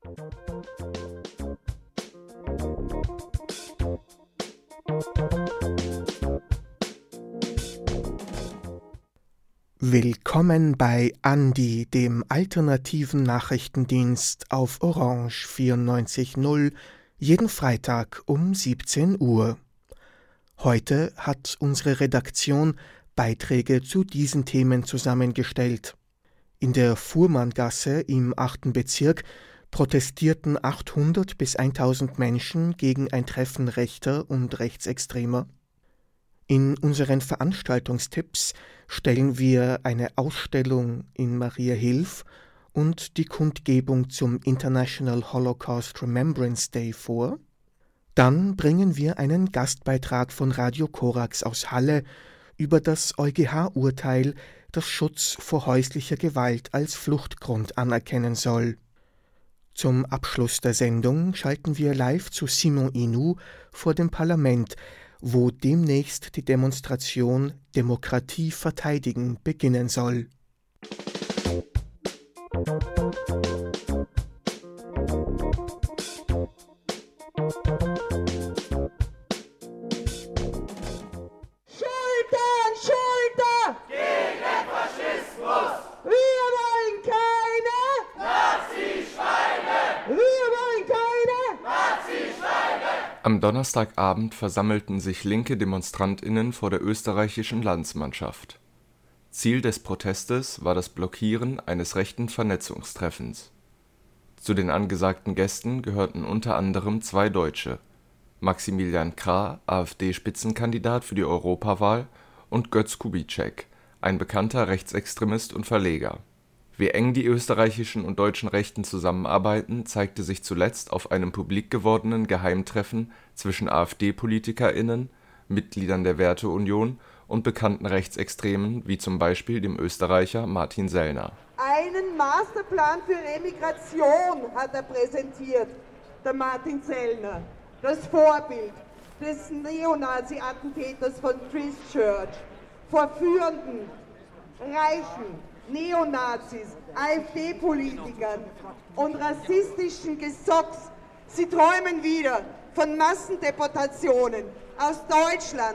Willkommen bei Andi, dem alternativen Nachrichtendienst auf Orange 94.0, jeden Freitag um 17 Uhr. Heute hat unsere Redaktion Beiträge zu diesen Themen zusammengestellt. In der Fuhrmanngasse im 8. Bezirk protestierten 800 bis 1000 Menschen gegen ein Treffen Rechter und Rechtsextremer. In unseren Veranstaltungstipps stellen wir eine Ausstellung in Mariahilf und die Kundgebung zum International Holocaust Remembrance Day vor. Dann bringen wir einen Gastbeitrag von Radio Korax aus Halle über das EuGH-Urteil, das Schutz vor häuslicher Gewalt als Fluchtgrund anerkennen soll. Zum Abschluss der Sendung schalten wir live zu Simon Inou vor dem Parlament, wo demnächst die Demonstration Demokratie verteidigen beginnen soll. Am Donnerstagabend versammelten sich linke DemonstrantInnen vor der österreichischen Landsmannschaft. Ziel des Protestes war das Blockieren eines rechten Vernetzungstreffens. Zu den angesagten Gästen gehörten unter anderem 2 Deutsche: Maximilian Krah, AfD-Spitzenkandidat für die Europawahl, und Götz Kubitschek, ein bekannter Rechtsextremist und Verleger. Wie eng die österreichischen und deutschen Rechten zusammenarbeiten, zeigte sich zuletzt auf einem publik gewordenen Geheimtreffen zwischen AfD-PolitikerInnen, Mitgliedern der Werteunion und bekannten Rechtsextremen wie zum Beispiel dem Österreicher Martin Sellner. Einen Masterplan für Remigration hat er präsentiert, der Martin Sellner. Das Vorbild des Neonazi-Attentäters von Christchurch, vor führenden, reichen Neonazis, AfD-Politikern und rassistischen Gesocks. Sie träumen wieder von Massendeportationen aus Deutschland,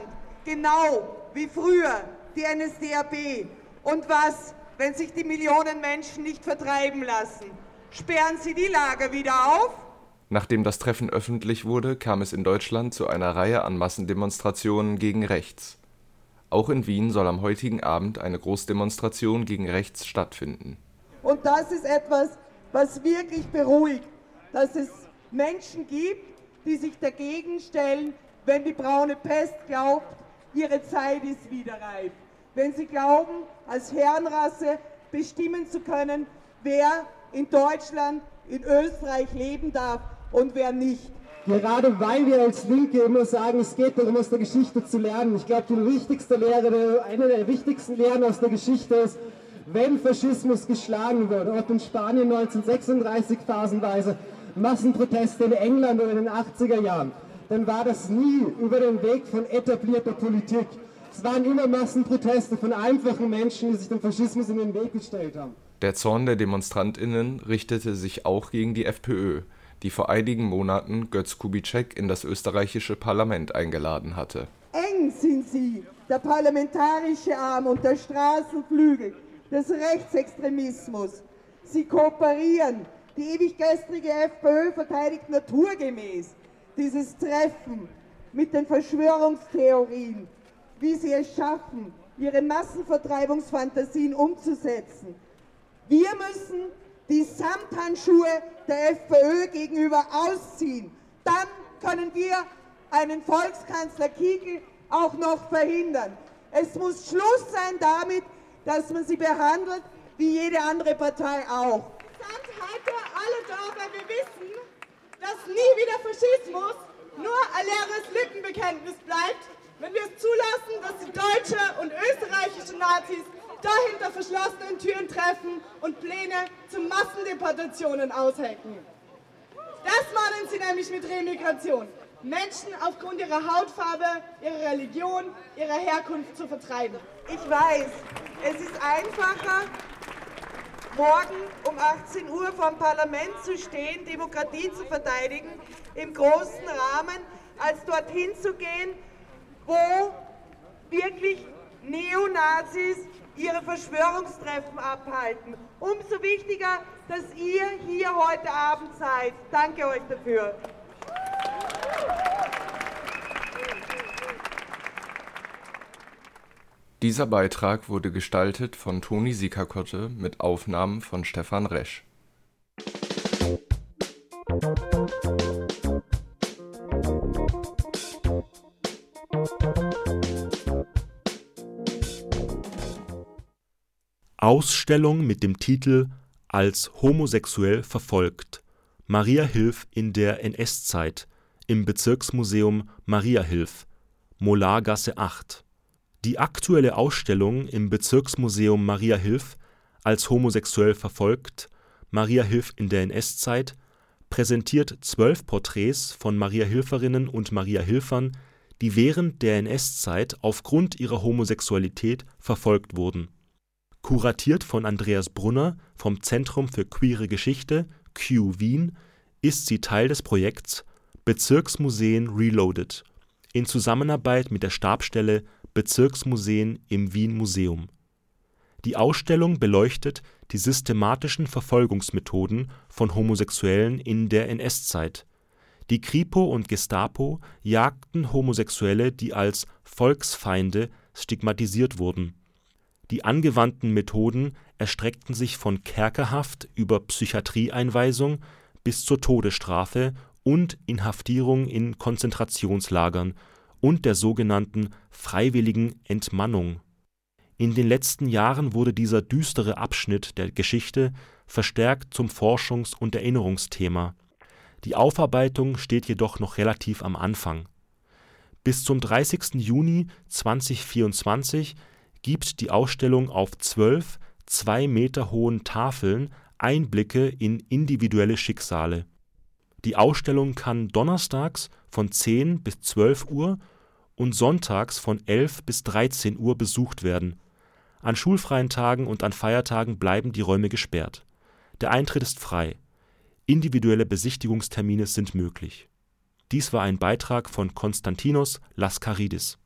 genau wie früher die NSDAP. Und was, wenn sich die Millionen Menschen nicht vertreiben lassen? Sperren Sie die Lager wieder auf? Nachdem das Treffen öffentlich wurde, kam es in Deutschland zu einer Reihe an Massendemonstrationen gegen rechts. Auch in Wien soll am heutigen Abend eine Großdemonstration gegen rechts stattfinden. Und das ist etwas, was wirklich beruhigt, dass es Menschen gibt, die sich dagegen stellen, wenn die braune Pest glaubt, ihre Zeit ist wieder reif. Wenn sie glauben, als Herrenrasse bestimmen zu können, wer in Deutschland, in Österreich leben darf und wer nicht. Gerade weil wir als Linke immer sagen, es geht darum, aus der Geschichte zu lernen. Ich glaube, die wichtigste Lehre, eine der wichtigsten Lehren aus der Geschichte ist, wenn Faschismus geschlagen wurde, auch in Spanien 1936 phasenweise, Massenproteste in England oder in den 80er Jahren, dann war das nie über den Weg von etablierter Politik. Es waren immer Massenproteste von einfachen Menschen, die sich dem Faschismus in den Weg gestellt haben. Der Zorn der DemonstrantInnen richtete sich auch gegen die FPÖ, die vor einigen Monaten Götz Kubitschek in das österreichische Parlament eingeladen hatte. Eng sind sie, der parlamentarische Arm und der Straßenflügel des Rechtsextremismus. Sie kooperieren. Die ewig gestrige FPÖ verteidigt naturgemäß dieses Treffen mit den Verschwörungstheorien, wie sie es schaffen, ihre Massenvertreibungsfantasien umzusetzen. Wir müssen die Samthandschuhe der FPÖ gegenüber ausziehen. Dann können wir einen Volkskanzler Kickl auch noch verhindern. Es muss Schluss sein damit, dass man sie behandelt wie jede andere Partei auch. Heute alle Dörfer, wir wissen, dass nie wieder Faschismus nur ein leeres Lippenbekenntnis bleibt, wenn wir es zulassen, dass die deutsche und österreichische Nazis da hinter verschlossenen Türen treffen und Pläne zu Massendeportationen aushecken. Das meinen sie nämlich mit Remigration. Menschen aufgrund ihrer Hautfarbe, ihrer Religion, ihrer Herkunft zu vertreiben. Ich weiß, es ist einfacher, morgen um 18 Uhr vor dem Parlament zu stehen, Demokratie zu verteidigen, im großen Rahmen, als dorthin zu gehen, wo wirklich Neonazis ihre Verschwörungstreffen abhalten. Umso wichtiger, dass ihr hier heute Abend seid. Danke euch dafür. Dieser Beitrag wurde gestaltet von Toni Sikakotte mit Aufnahmen von Stefan Resch. Ausstellung mit dem Titel Als homosexuell verfolgt. Mariahilf in der NS-Zeit im Bezirksmuseum Mariahilf, Molargasse 8. Die aktuelle Ausstellung im Bezirksmuseum Mariahilf Als homosexuell verfolgt, Mariahilf in der NS-Zeit präsentiert 12 Porträts von Mariahilferinnen und Mariahilfern, die während der NS-Zeit aufgrund ihrer Homosexualität verfolgt wurden. Kuratiert von Andreas Brunner vom Zentrum für queere Geschichte Q Wien ist sie Teil des Projekts Bezirksmuseen Reloaded in Zusammenarbeit mit der Stabsstelle Bezirksmuseen im Wien Museum. Die Ausstellung beleuchtet die systematischen Verfolgungsmethoden von Homosexuellen in der NS-Zeit. Die Kripo und Gestapo jagten Homosexuelle, die als Volksfeinde stigmatisiert wurden. Die angewandten Methoden erstreckten sich von Kerkerhaft über Psychiatrieeinweisung bis zur Todesstrafe und Inhaftierung in Konzentrationslagern und der sogenannten freiwilligen Entmannung. In den letzten Jahren wurde dieser düstere Abschnitt der Geschichte verstärkt zum Forschungs- und Erinnerungsthema. Die Aufarbeitung steht jedoch noch relativ am Anfang. Bis zum 30. Juni 2024 gibt die Ausstellung auf 12 2 Meter hohen Tafeln Einblicke in individuelle Schicksale. Die Ausstellung kann donnerstags von 10 bis 12 Uhr und sonntags von 11 bis 13 Uhr besucht werden. An schulfreien Tagen und an Feiertagen bleiben die Räume gesperrt. Der Eintritt ist frei. Individuelle Besichtigungstermine sind möglich. Dies war ein Beitrag von Konstantinos Laskaridis.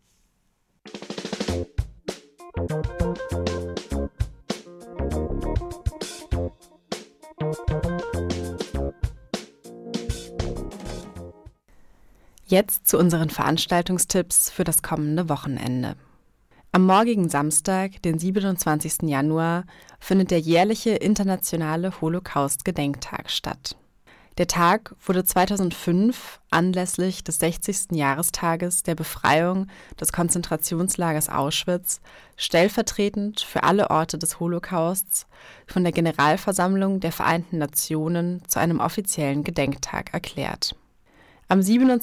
Jetzt zu unseren Veranstaltungstipps für das kommende Wochenende. Am morgigen Samstag, den 27. Januar, findet der jährliche internationale Holocaust-Gedenktag statt. Der Tag wurde 2005 anlässlich des 60. Jahrestages der Befreiung des Konzentrationslagers Auschwitz stellvertretend für alle Orte des Holocausts von der Generalversammlung der Vereinten Nationen zu einem offiziellen Gedenktag erklärt. Am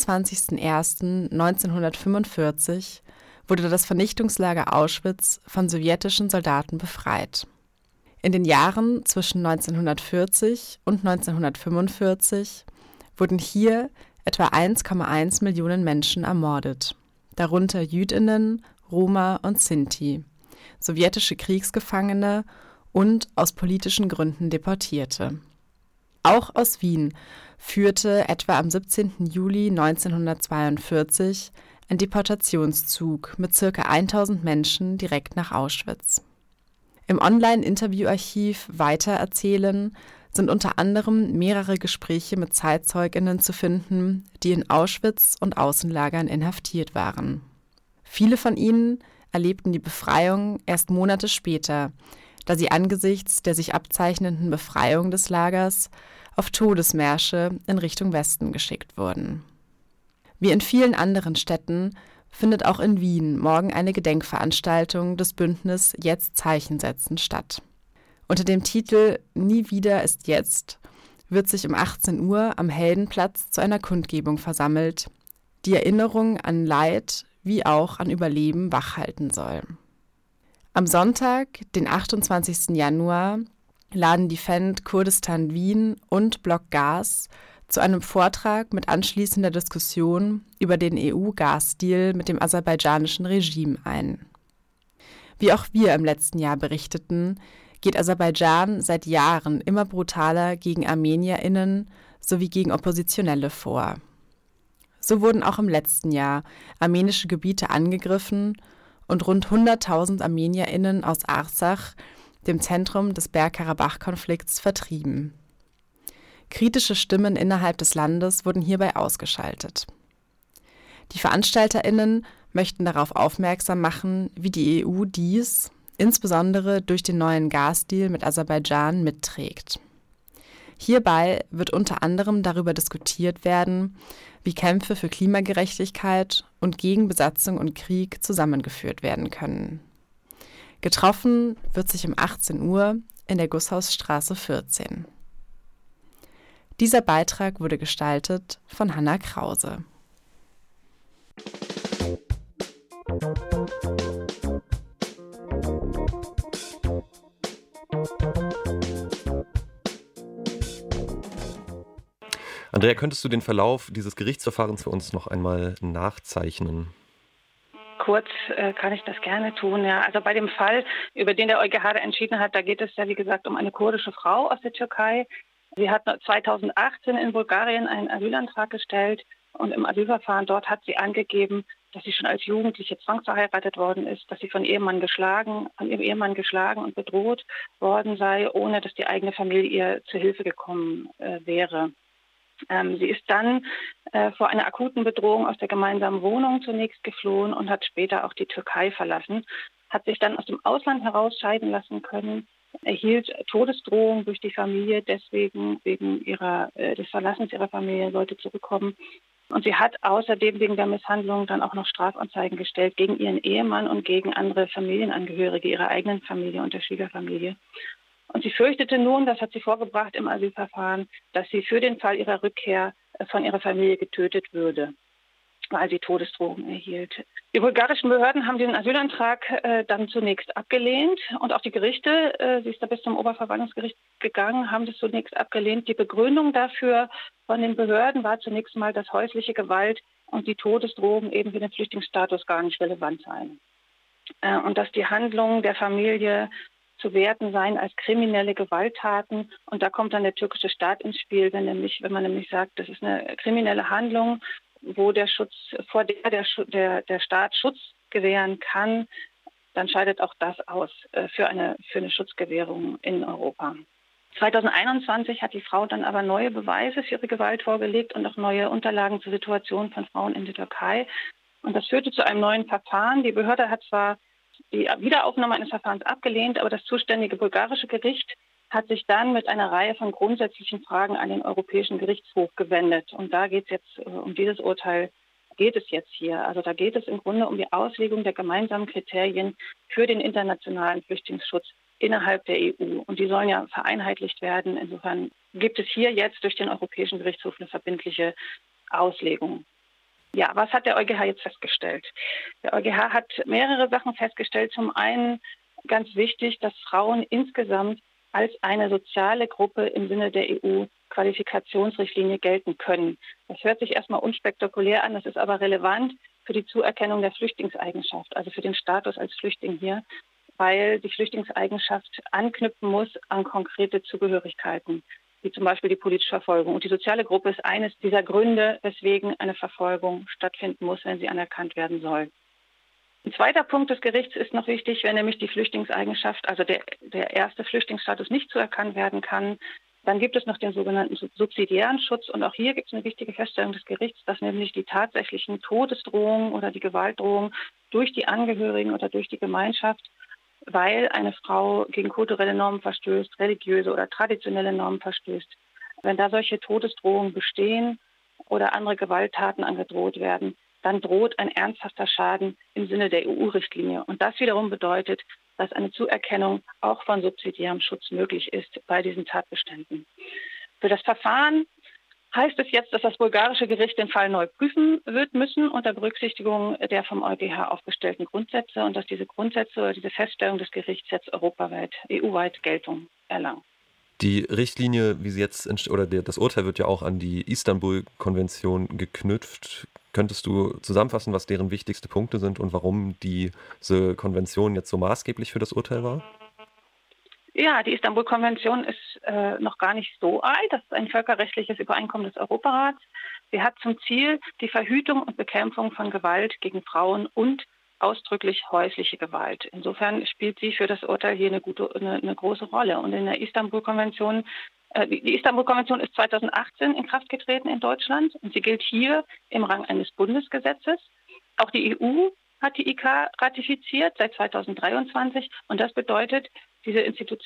27.01.1945 wurde das Vernichtungslager Auschwitz von sowjetischen Soldaten befreit. In den Jahren zwischen 1940 und 1945 wurden hier etwa 1,1 Millionen Menschen ermordet, darunter Jüdinnen, Roma und Sinti, sowjetische Kriegsgefangene und aus politischen Gründen Deportierte. Auch aus Wien führte etwa am 17. Juli 1942 ein Deportationszug mit ca. 1000 Menschen direkt nach Auschwitz. Im Online-Interviewarchiv Weitererzählen sind unter anderem mehrere Gespräche mit ZeitzeugInnen zu finden, die in Auschwitz und Außenlagern inhaftiert waren. Viele von ihnen erlebten die Befreiung erst Monate später, da sie angesichts der sich abzeichnenden Befreiung des Lagers auf Todesmärsche in Richtung Westen geschickt wurden. Wie in vielen anderen Städten findet auch in Wien morgen eine Gedenkveranstaltung des Bündnis Jetzt Zeichen setzen statt. Unter dem Titel Nie wieder ist jetzt wird sich um 18 Uhr am Heldenplatz zu einer Kundgebung versammelt, die Erinnerung an Leid wie auch an Überleben wachhalten soll. Am Sonntag, den 28. Januar, laden die Fend Kurdistan Wien und Block Gas zu einem Vortrag mit anschließender Diskussion über den EU-Gasdeal mit dem aserbaidschanischen Regime ein. Wie auch wir im letzten Jahr berichteten, geht Aserbaidschan seit Jahren immer brutaler gegen ArmenierInnen sowie gegen Oppositionelle vor. So wurden auch im letzten Jahr armenische Gebiete angegriffen und rund 100.000 ArmenierInnen aus Arsach, dem Zentrum des Bergkarabach-Konflikts, vertrieben. Kritische Stimmen innerhalb des Landes wurden hierbei ausgeschaltet. Die VeranstalterInnen möchten darauf aufmerksam machen, wie die EU dies, insbesondere durch den neuen Gasdeal mit Aserbaidschan, mitträgt. Hierbei wird unter anderem darüber diskutiert werden, wie Kämpfe für Klimagerechtigkeit und gegen Besatzung und Krieg zusammengeführt werden können. Getroffen wird sich um 18 Uhr in der Gusshausstraße 14. Dieser Beitrag wurde gestaltet von Hanna Krause. Andrea, könntest du den Verlauf dieses Gerichtsverfahrens für uns noch einmal nachzeichnen? Kurz kann ich das gerne tun. Ja. Also bei dem Fall, über den der EuGH entschieden hat, da geht es ja wie gesagt um eine kurdische Frau aus der Türkei. Sie hat 2018 in Bulgarien einen Asylantrag gestellt und im Asylverfahren dort hat sie angegeben, dass sie schon als Jugendliche zwangsverheiratet worden ist, dass sie von ihrem Ehemann geschlagen und bedroht worden sei, ohne dass die eigene Familie ihr zu Hilfe gekommen wäre. Sie ist dann vor einer akuten Bedrohung aus der gemeinsamen Wohnung zunächst geflohen und hat später auch die Türkei verlassen, hat sich dann aus dem Ausland herausscheiden lassen können, erhielt Todesdrohungen durch die Familie, deswegen wegen des Verlassens ihrer Familie sollte zurückkommen. Und sie hat außerdem wegen der Misshandlung dann auch noch Strafanzeigen gestellt gegen ihren Ehemann und gegen andere Familienangehörige ihrer eigenen Familie und der Schwiegerfamilie. Und sie fürchtete nun, das hat sie vorgebracht im Asylverfahren, dass sie für den Fall ihrer Rückkehr von ihrer Familie getötet würde, weil sie Todesdrohungen erhielt. Die bulgarischen Behörden haben den Asylantrag dann zunächst abgelehnt und auch die Gerichte, sie ist da bis zum Oberverwaltungsgericht gegangen, haben das zunächst abgelehnt. Die Begründung dafür von den Behörden war zunächst mal, dass häusliche Gewalt und die Todesdrohungen eben für den Flüchtlingsstatus gar nicht relevant seien. Und dass die Handlungen der Familie zu werten seien als kriminelle Gewalttaten. Und da kommt dann der türkische Staat ins Spiel, wenn man nämlich sagt, das ist eine kriminelle Handlung, wo der Staat Schutz gewähren kann, dann scheidet auch das aus für eine Schutzgewährung in Europa. 2021 hat die Frau dann aber neue Beweise für ihre Gewalt vorgelegt und auch neue Unterlagen zur Situation von Frauen in der Türkei. Und das führte zu einem neuen Verfahren. Die Behörde hat zwar die Wiederaufnahme eines Verfahrens abgelehnt, aber das zuständige bulgarische Gericht hat sich dann mit einer Reihe von grundsätzlichen Fragen an den Europäischen Gerichtshof gewendet. Und da geht es jetzt, um dieses Urteil geht es jetzt hier. Also da geht es im Grunde um die Auslegung der gemeinsamen Kriterien für den internationalen Flüchtlingsschutz innerhalb der EU. Und die sollen ja vereinheitlicht werden. Insofern gibt es hier jetzt durch den Europäischen Gerichtshof eine verbindliche Auslegung. Ja, was hat der EuGH jetzt festgestellt? Der EuGH hat mehrere Sachen festgestellt. Zum einen ganz wichtig, dass Frauen insgesamt als eine soziale Gruppe im Sinne der EU-Qualifikationsrichtlinie gelten können. Das hört sich erstmal unspektakulär an, das ist aber relevant für die Zuerkennung der Flüchtlingseigenschaft, also für den Status als Flüchtling hier, weil die Flüchtlingseigenschaft anknüpfen muss an konkrete Zugehörigkeiten, wie zum Beispiel die politische Verfolgung. Und die soziale Gruppe ist eines dieser Gründe, weswegen eine Verfolgung stattfinden muss, wenn sie anerkannt werden soll. Ein zweiter Punkt des Gerichts ist noch wichtig, wenn nämlich die Flüchtlingseigenschaft, also der erste Flüchtlingsstatus nicht zuerkannt werden kann, dann gibt es noch den sogenannten subsidiären Schutz. Und auch hier gibt es eine wichtige Feststellung des Gerichts, dass nämlich die tatsächlichen Todesdrohungen oder die Gewaltdrohungen durch die Angehörigen oder durch die Gemeinschaft, weil eine Frau gegen kulturelle Normen verstößt, religiöse oder traditionelle Normen verstößt, wenn da solche Todesdrohungen bestehen oder andere Gewalttaten angedroht werden, dann droht ein ernsthafter Schaden im Sinne der EU-Richtlinie. Und das wiederum bedeutet, dass eine Zuerkennung auch von subsidiärem Schutz möglich ist bei diesen Tatbeständen. Für das Verfahren heißt es jetzt, dass das bulgarische Gericht den Fall neu prüfen wird müssen unter Berücksichtigung der vom EuGH aufgestellten Grundsätze und dass diese Grundsätze oder diese Feststellung des Gerichts jetzt europaweit, EU-weit Geltung erlangen. Die Richtlinie, wie sie jetzt das Urteil wird ja auch an die Istanbul-Konvention geknüpft. Könntest du zusammenfassen, was deren wichtigste Punkte sind und warum diese Konvention jetzt so maßgeblich für das Urteil war? Ja, die Istanbul-Konvention ist noch gar nicht so alt. Das ist ein völkerrechtliches Übereinkommen des Europarats. Sie hat zum Ziel die Verhütung und Bekämpfung von Gewalt gegen Frauen und ausdrücklich häusliche Gewalt. Insofern spielt sie für das Urteil hier eine große Rolle. Und in der Istanbul-Konvention, die Istanbul-Konvention ist 2018 in Kraft getreten in Deutschland und sie gilt hier im Rang eines Bundesgesetzes. Auch die EU hat die IK ratifiziert seit 2023 und das bedeutet, diese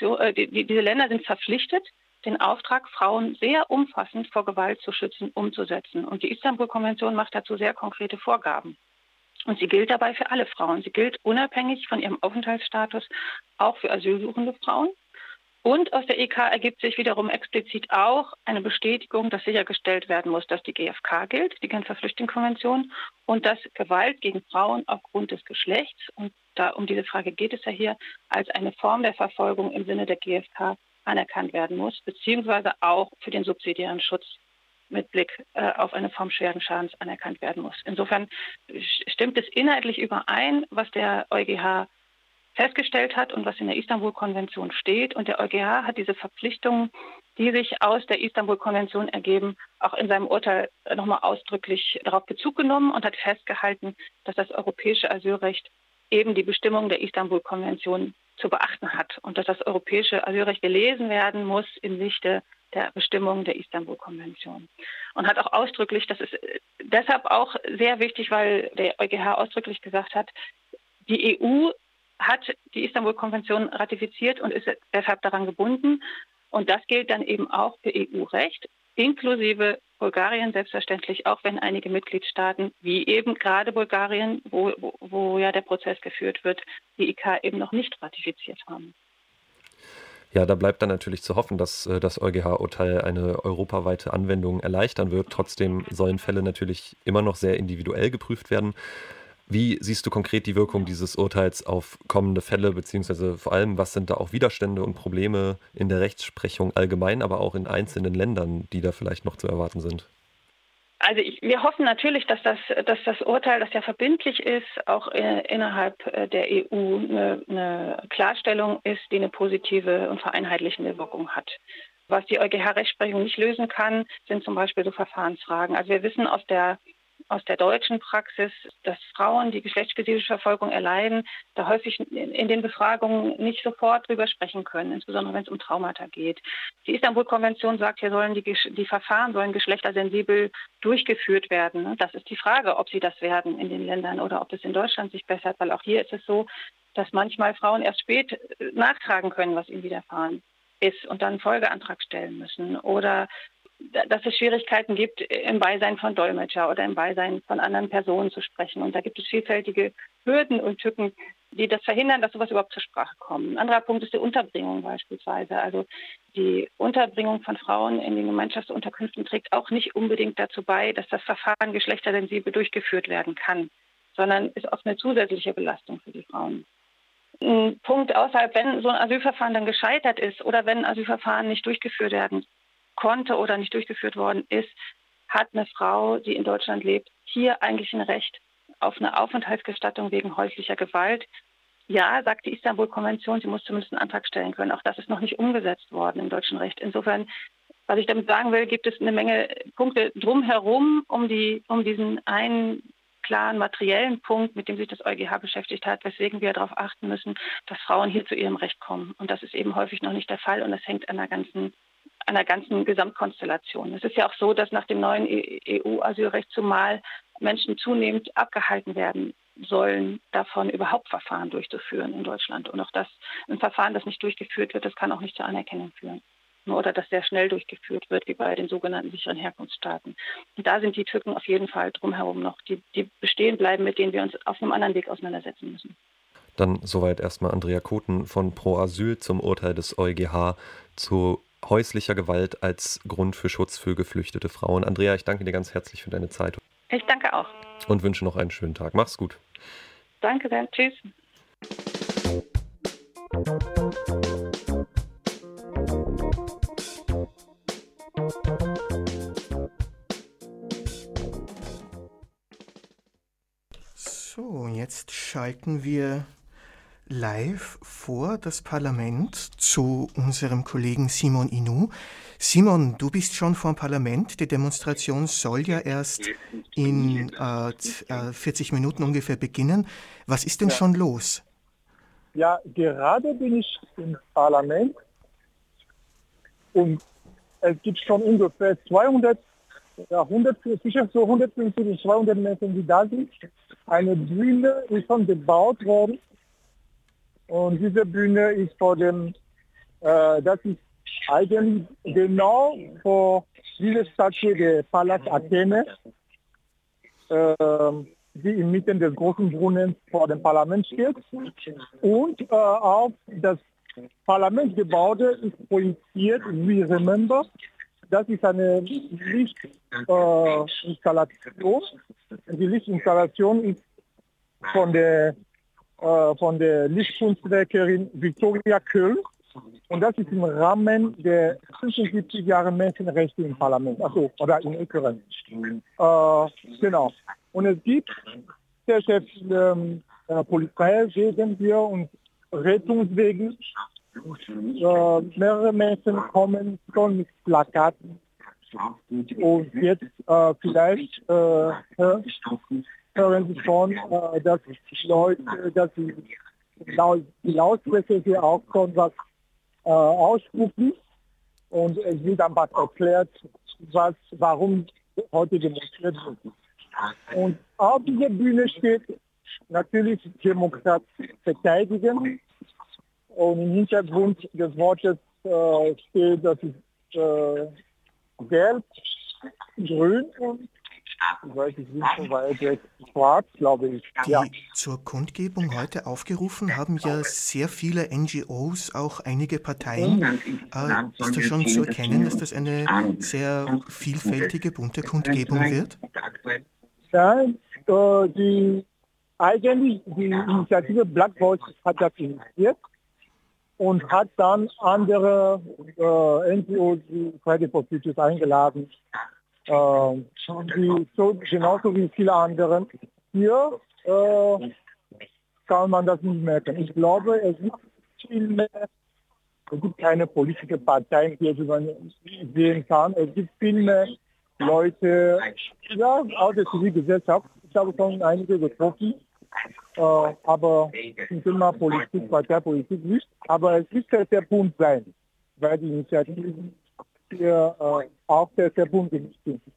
Länder sind verpflichtet, den Auftrag, Frauen sehr umfassend vor Gewalt zu schützen, umzusetzen. Und die Istanbul-Konvention macht dazu sehr konkrete Vorgaben. Und sie gilt dabei für alle Frauen. Sie gilt unabhängig von ihrem Aufenthaltsstatus auch für asylsuchende Frauen. Und aus der IK ergibt sich wiederum explizit auch eine Bestätigung, dass sichergestellt werden muss, dass die GfK gilt, die Genfer Flüchtlingskonvention, und dass Gewalt gegen Frauen aufgrund des Geschlechts, und um diese Frage geht es ja hier, als eine Form der Verfolgung im Sinne der GfK anerkannt werden muss, beziehungsweise auch für den subsidiären Schutz mit Blick auf eine Form schweren Schadens anerkannt werden muss. Insofern stimmt es inhaltlich überein, was der EuGH festgestellt hat und was in der Istanbul-Konvention steht. Und der EuGH hat diese Verpflichtungen, die sich aus der Istanbul-Konvention ergeben, auch in seinem Urteil nochmal ausdrücklich darauf Bezug genommen und hat festgehalten, dass das europäische Asylrecht eben die Bestimmungen der Istanbul-Konvention zu beachten hat und dass das europäische Asylrecht gelesen werden muss im Lichte der Bestimmungen der Istanbul-Konvention. Und hat auch ausdrücklich, das ist deshalb auch sehr wichtig, weil der EuGH ausdrücklich gesagt hat, die EU hat die Istanbul-Konvention ratifiziert und ist deshalb daran gebunden. Und das gilt dann eben auch für EU-Recht, inklusive Bulgarien selbstverständlich, auch wenn einige Mitgliedstaaten, wie eben gerade Bulgarien, wo ja der Prozess geführt wird, die IK eben noch nicht ratifiziert haben. Ja, da bleibt dann natürlich zu hoffen, dass das EuGH-Urteil eine europaweite Anwendung erleichtern wird. Trotzdem sollen Fälle natürlich immer noch sehr individuell geprüft werden. Wie siehst du konkret die Wirkung dieses Urteils auf kommende Fälle, beziehungsweise vor allem, was sind da auch Widerstände und Probleme in der Rechtsprechung allgemein, aber auch in einzelnen Ländern, die da vielleicht noch zu erwarten sind? Also wir hoffen natürlich, dass das Urteil, das ja verbindlich ist, auch innerhalb der EU eine Klarstellung ist, die eine positive und vereinheitlichende Wirkung hat. Was die EuGH-Rechtsprechung nicht lösen kann, sind zum Beispiel so Verfahrensfragen. Also wir wissen aus der deutschen Praxis, dass Frauen, die geschlechtsspezifische Verfolgung erleiden, da häufig in den Befragungen nicht sofort drüber sprechen können, insbesondere wenn es um Traumata geht. Die Istanbul-Konvention sagt, hier sollen die Verfahren sollen geschlechtersensibel durchgeführt werden. Das ist die Frage, ob sie das werden in den Ländern oder ob es in Deutschland sich bessert, weil auch hier ist es so, dass manchmal Frauen erst spät nachtragen können, was ihnen widerfahren ist und dann einen Folgeantrag stellen müssen oder dass es Schwierigkeiten gibt, im Beisein von Dolmetscher oder im Beisein von anderen Personen zu sprechen. Und da gibt es vielfältige Hürden und Tücken, die das verhindern, dass sowas überhaupt zur Sprache kommt. Ein anderer Punkt ist die Unterbringung beispielsweise. Also die Unterbringung von Frauen in den Gemeinschaftsunterkünften trägt auch nicht unbedingt dazu bei, dass das Verfahren geschlechtersensibel durchgeführt werden kann, sondern ist oft eine zusätzliche Belastung für die Frauen. Ein Punkt außerhalb, wenn so ein Asylverfahren dann gescheitert ist oder wenn ein Asylverfahren nicht durchgeführt werden konnte oder nicht durchgeführt worden ist, hat eine Frau, die in Deutschland lebt, hier eigentlich ein Recht auf eine Aufenthaltsgestattung wegen häuslicher Gewalt. Ja, sagt die Istanbul-Konvention, sie muss zumindest einen Antrag stellen können. Auch das ist noch nicht umgesetzt worden im deutschen Recht. Insofern, was ich damit sagen will, gibt es eine Menge Punkte drumherum, um diesen einen klaren materiellen Punkt, mit dem sich das EuGH beschäftigt hat, weswegen wir darauf achten müssen, dass Frauen hier zu ihrem Recht kommen. Und das ist eben häufig noch nicht der Fall und das hängt an einer ganzen Gesamtkonstellation. Es ist ja auch so, dass nach dem neuen EU-Asylrecht zumal Menschen zunehmend abgehalten werden sollen, davon überhaupt Verfahren durchzuführen in Deutschland. Und auch ein Verfahren, das nicht durchgeführt wird, das kann auch nicht zur Anerkennung führen. Oder das sehr schnell durchgeführt wird, wie bei den sogenannten sicheren Herkunftsstaaten. Und da sind die Tücken auf jeden Fall drumherum noch, die bestehen bleiben, mit denen wir uns auf einem anderen Weg auseinandersetzen müssen. Dann soweit erstmal Andrea Koten von Pro Asyl zum Urteil des EuGH zu häuslicher Gewalt als Grund für Schutz für geflüchtete Frauen. Andrea, ich danke dir ganz herzlich für deine Zeit. Ich danke auch. Und wünsche noch einen schönen Tag. Mach's gut. Danke sehr. Tschüss. So, jetzt schalten wir live vor das Parlament zu unserem Kollegen Simon Inou. Simon, du bist schon vor dem Parlament. Die Demonstration soll ja erst in 40 Minuten ungefähr beginnen. Was ist denn schon los? Ja, gerade bin ich im Parlament und es gibt schon ungefähr 150 bis 200 Menschen, die da sind. Eine Bühne ist schon gebaut worden und diese Bühne ist das ist eigentlich genau vor dieser Statue der Palast Athene, die inmitten des großen Brunnens vor dem Parlament steht. Und auf das Parlamentsgebäude ist projiziert We Remember. Das ist eine Lichtinstallation. Die Lichtinstallation ist von der Lichtkunstwerkerin Victoria Köhl. Und das ist im Rahmen der 75 Jahre Menschenrechte im Parlament, oder in Österreich. Genau. Und es gibt sehr, sehr viele Polizeiwegen hier und Rettungswegen. Mehrere Menschen kommen schon mit Plakaten. Und jetzt vielleicht hören Sie schon, dass die Lautsprecher hier auch schon was ausspucken. Und es wird dann was erklärt, warum heute demonstriert wird. Und auf dieser Bühne steht natürlich Demokratie verteidigen. Und im Hintergrund des Wortes steht, das ist gelb, grün und ich weiß nicht, schwarz, glaube ich. Ja. Zur Kundgebung heute aufgerufen haben ja sehr viele NGOs, auch einige Parteien. Ist da schon zu erkennen, dass das eine sehr vielfältige, bunte Kundgebung wird? Ja, die Initiative Black Voice hat das initiiert und hat dann andere NGOs, die Friday for Futures, eingeladen. Genauso wie viele andere. Hier kann man das nicht merken. Ich glaube, es gibt keine politische Partei, die man sehen kann. Es gibt viel mehr Leute, aus der Zivilgesellschaft. Ich habe schon einige getroffen, aber zum Thema Politik, Parteipolitik nicht. Aber es wird sehr, sehr bunt sein, weil die Initiativen hier auch sehr, sehr bunt sind.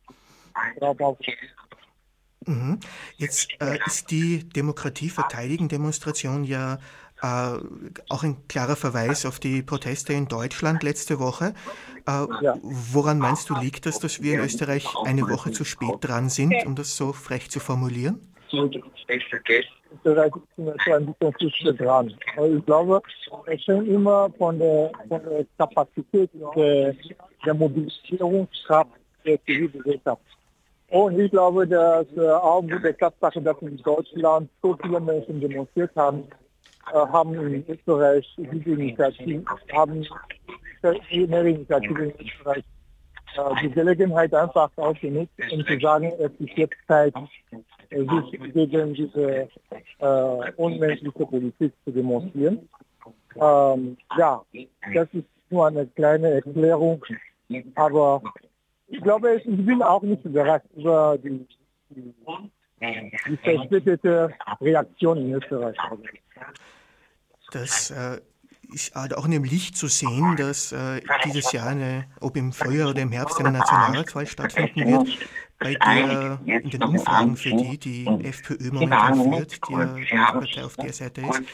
Jetzt ist die Demokratie-Verteidigen-Demonstration ja auch ein klarer Verweis auf die Proteste in Deutschland letzte Woche. Woran meinst du, liegt das, dass wir in Österreich eine Woche zu spät dran sind, um das so frech zu formulieren? Österreich ist so ein bisschen zu spät dran. Ich glaube, es hängt immer von der Kapazität der Mobilisierungskraft der Zivilgesellschaft. Und ich glaube, dass auch mit der Tatsache, dass in Deutschland so viele Menschen demonstriert haben, haben in Österreich mehrere Initiativen in Österreich die Gelegenheit einfach ausgenutzt, um zu sagen, es ist jetzt Zeit, sich gegen diese unmenschliche Politik zu demonstrieren. Das ist nur eine kleine Erklärung, aber ich glaube, ich bin auch nicht überrascht über die verspätete Reaktion in Österreich. Das ist halt auch in dem Licht zu sehen, dass dieses Jahr ob im Frühjahr oder im Herbst eine Nationalratswahl stattfinden wird, bei der in den Umfragen, für die FPÖ momentan führt, die Partei auf der Seite ist,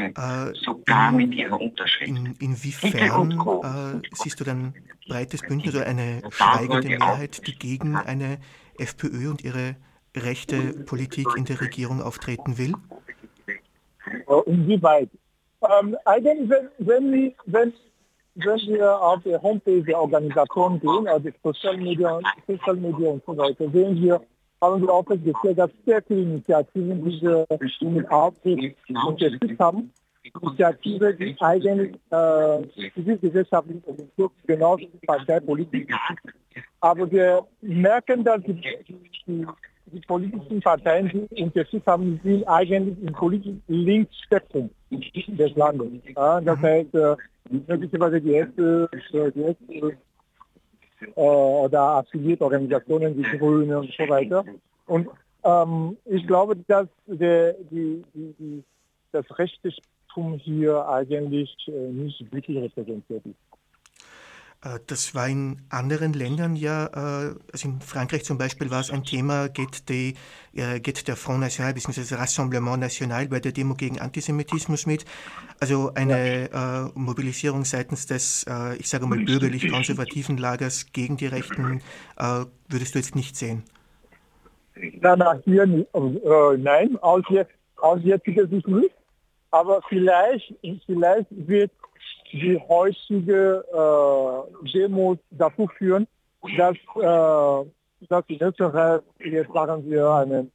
inwiefern siehst du dann breites Bündnis oder eine schweigende Mehrheit, die gegen eine FPÖ und ihre rechte Politik in der Regierung auftreten will? Inwieweit? Eigentlich, wenn wir auf die Homepage der Organisation gehen, also Social Media und so weiter, haben wir auch festgestellt, dass sehr viele Initiativen diese Auftritt unterstützt haben. Initiativen, die eigentlich zivilgesellschaftlich orientiert, genauso wie Parteipolitik. Aber wir merken, dass die politischen Parteien, die unterstützt haben, sind eigentlich im politischen Linksspektrum. des Landes. Ja, das heißt, möglicherweise die erste oder affiliierte Organisationen, die Grüne und so weiter. Und ich glaube, dass das Rechtstum hier eigentlich nicht wirklich repräsentiert ist. Das war in anderen Ländern ja, also in Frankreich zum Beispiel war es ein Thema, geht der Front National bzw. Rassemblement National bei der Demo gegen Antisemitismus mit. Also eine Mobilisierung seitens des, ich sage mal, bürgerlich-konservativen Lagers gegen die Rechten würdest du jetzt nicht sehen? Nein, hier nicht. Nein, aus jetziger Sicht nicht. Aber vielleicht wird die heutige Demos dazu führen, dass in Österreich, jetzt sagen wir,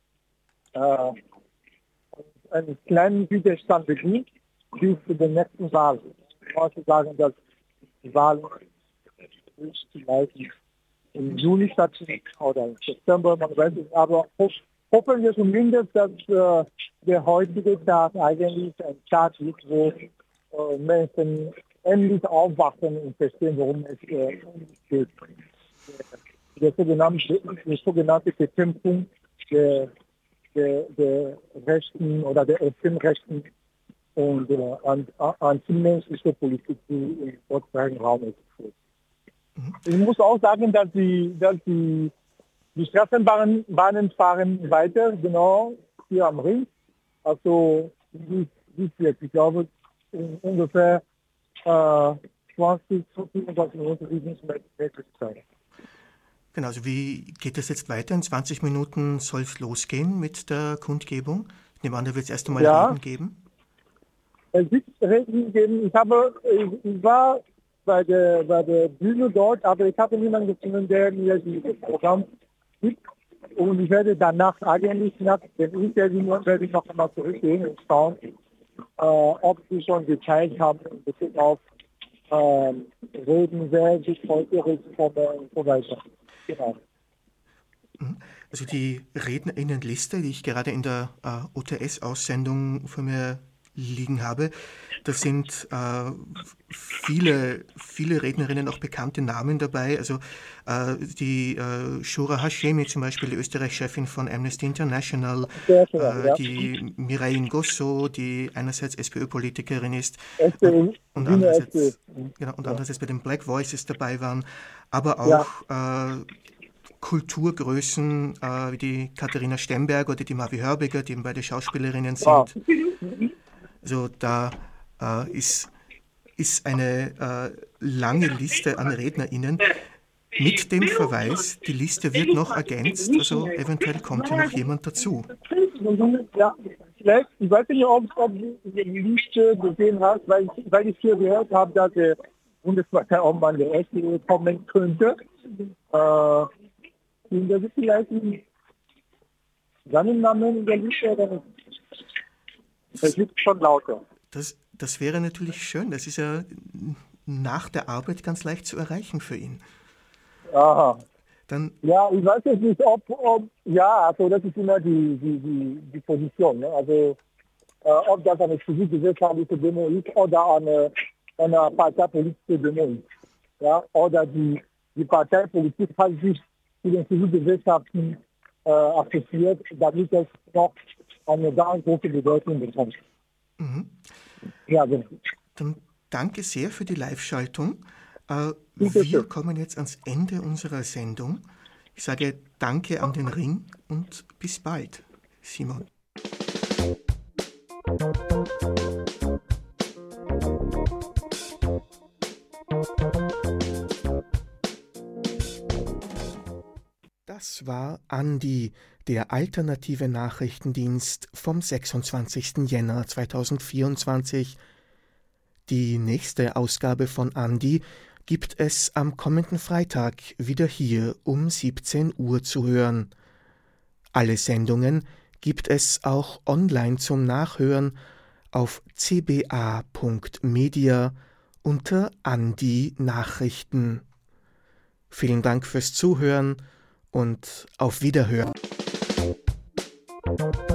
einen kleinen Widerstand beginnt bis zu den nächsten Wahlen. Ich muss sagen, dass die Wahlen vielleicht im Juni stattfinden oder im September, man weiß es, aber hoffen wir zumindest, dass der heutige Tag eigentlich ein Tag ist, wo Menschen endlich aufwachen und verstehen, worum es geht. Die sogenannte Bekämpfung der Rechten oder der Extremrechten und antimenschliche Politik, die im deutschsprachigen Raum existiert. Ich muss auch sagen, dass die Straßenbahnen fahren weiter, genau hier am Ring. Also ich glaube, ungefähr 20 Minuten sein. Genau, also wie geht es jetzt weiter? In 20 Minuten soll es losgehen mit der Kundgebung. Ich nehme an, da wird es erst einmal Reden geben. Es wird Reden geben. Ich war bei der Bühne dort, aber ich habe niemanden gefunden, der mir dieses Programm gibt. Und ich werde danach eigentlich nach dem Interview werde ich noch einmal zurückgehen und schauen, ob sie schon geteilt haben in Bezug auf Reden, wer sich heute reden und so weiter. Genau. Also die RednerInnenliste, die ich gerade in der OTS-Aussendung von mir liegen habe, da sind viele Rednerinnen, auch bekannte Namen dabei. Also die Shura Hashemi zum Beispiel, die Österreich-Chefin von Amnesty International, die Mireille Ngosso, die einerseits SPÖ-Politikerin ist und andererseits bei den Black Voices dabei waren, aber auch Kulturgrößen wie die Katharina Stemberg oder die Mavi Hörbiger, die eben beide Schauspielerinnen sind. Also da ist eine lange Liste an RednerInnen mit dem Verweis, die Liste wird noch ergänzt, also eventuell kommt hier noch jemand dazu. Ja, vielleicht, ich weiß nicht, ob du die Liste gesehen hast, weil ich hier gehört habe, dass der Bundesparteiobmann der SPÖ kommen könnte. Und das ist vielleicht seinen Namen in der Liste oder nicht? Es wird schon lauter. Das wäre natürlich schön. Das ist ja nach der Arbeit ganz leicht zu erreichen für ihn. Aha. Dann, ja, ich weiß jetzt nicht, also das ist immer die Position. Ne? Also ob das eine zivilgesellschaftliche Demo ist oder eine parteipolitische Demo ist. Ja? Oder die Parteipolitik hat sich zu den Zivilgesellschaften assoziiert, damit es noch eine ganz große Bedeutung bekommt. Mhm. Ja, genau. Dann danke sehr für die Live-Schaltung. Wir kommen jetzt ans Ende unserer Sendung. Ich sage Danke an den Ring und bis bald, Simon. Das war Andi, der alternative Nachrichtendienst vom 26. Jänner 2024. Die nächste Ausgabe von Andi gibt es am kommenden Freitag wieder hier um 17 Uhr zu hören. Alle Sendungen gibt es auch online zum Nachhören auf cba.media unter Andi Nachrichten. Vielen Dank fürs Zuhören und auf Wiederhören.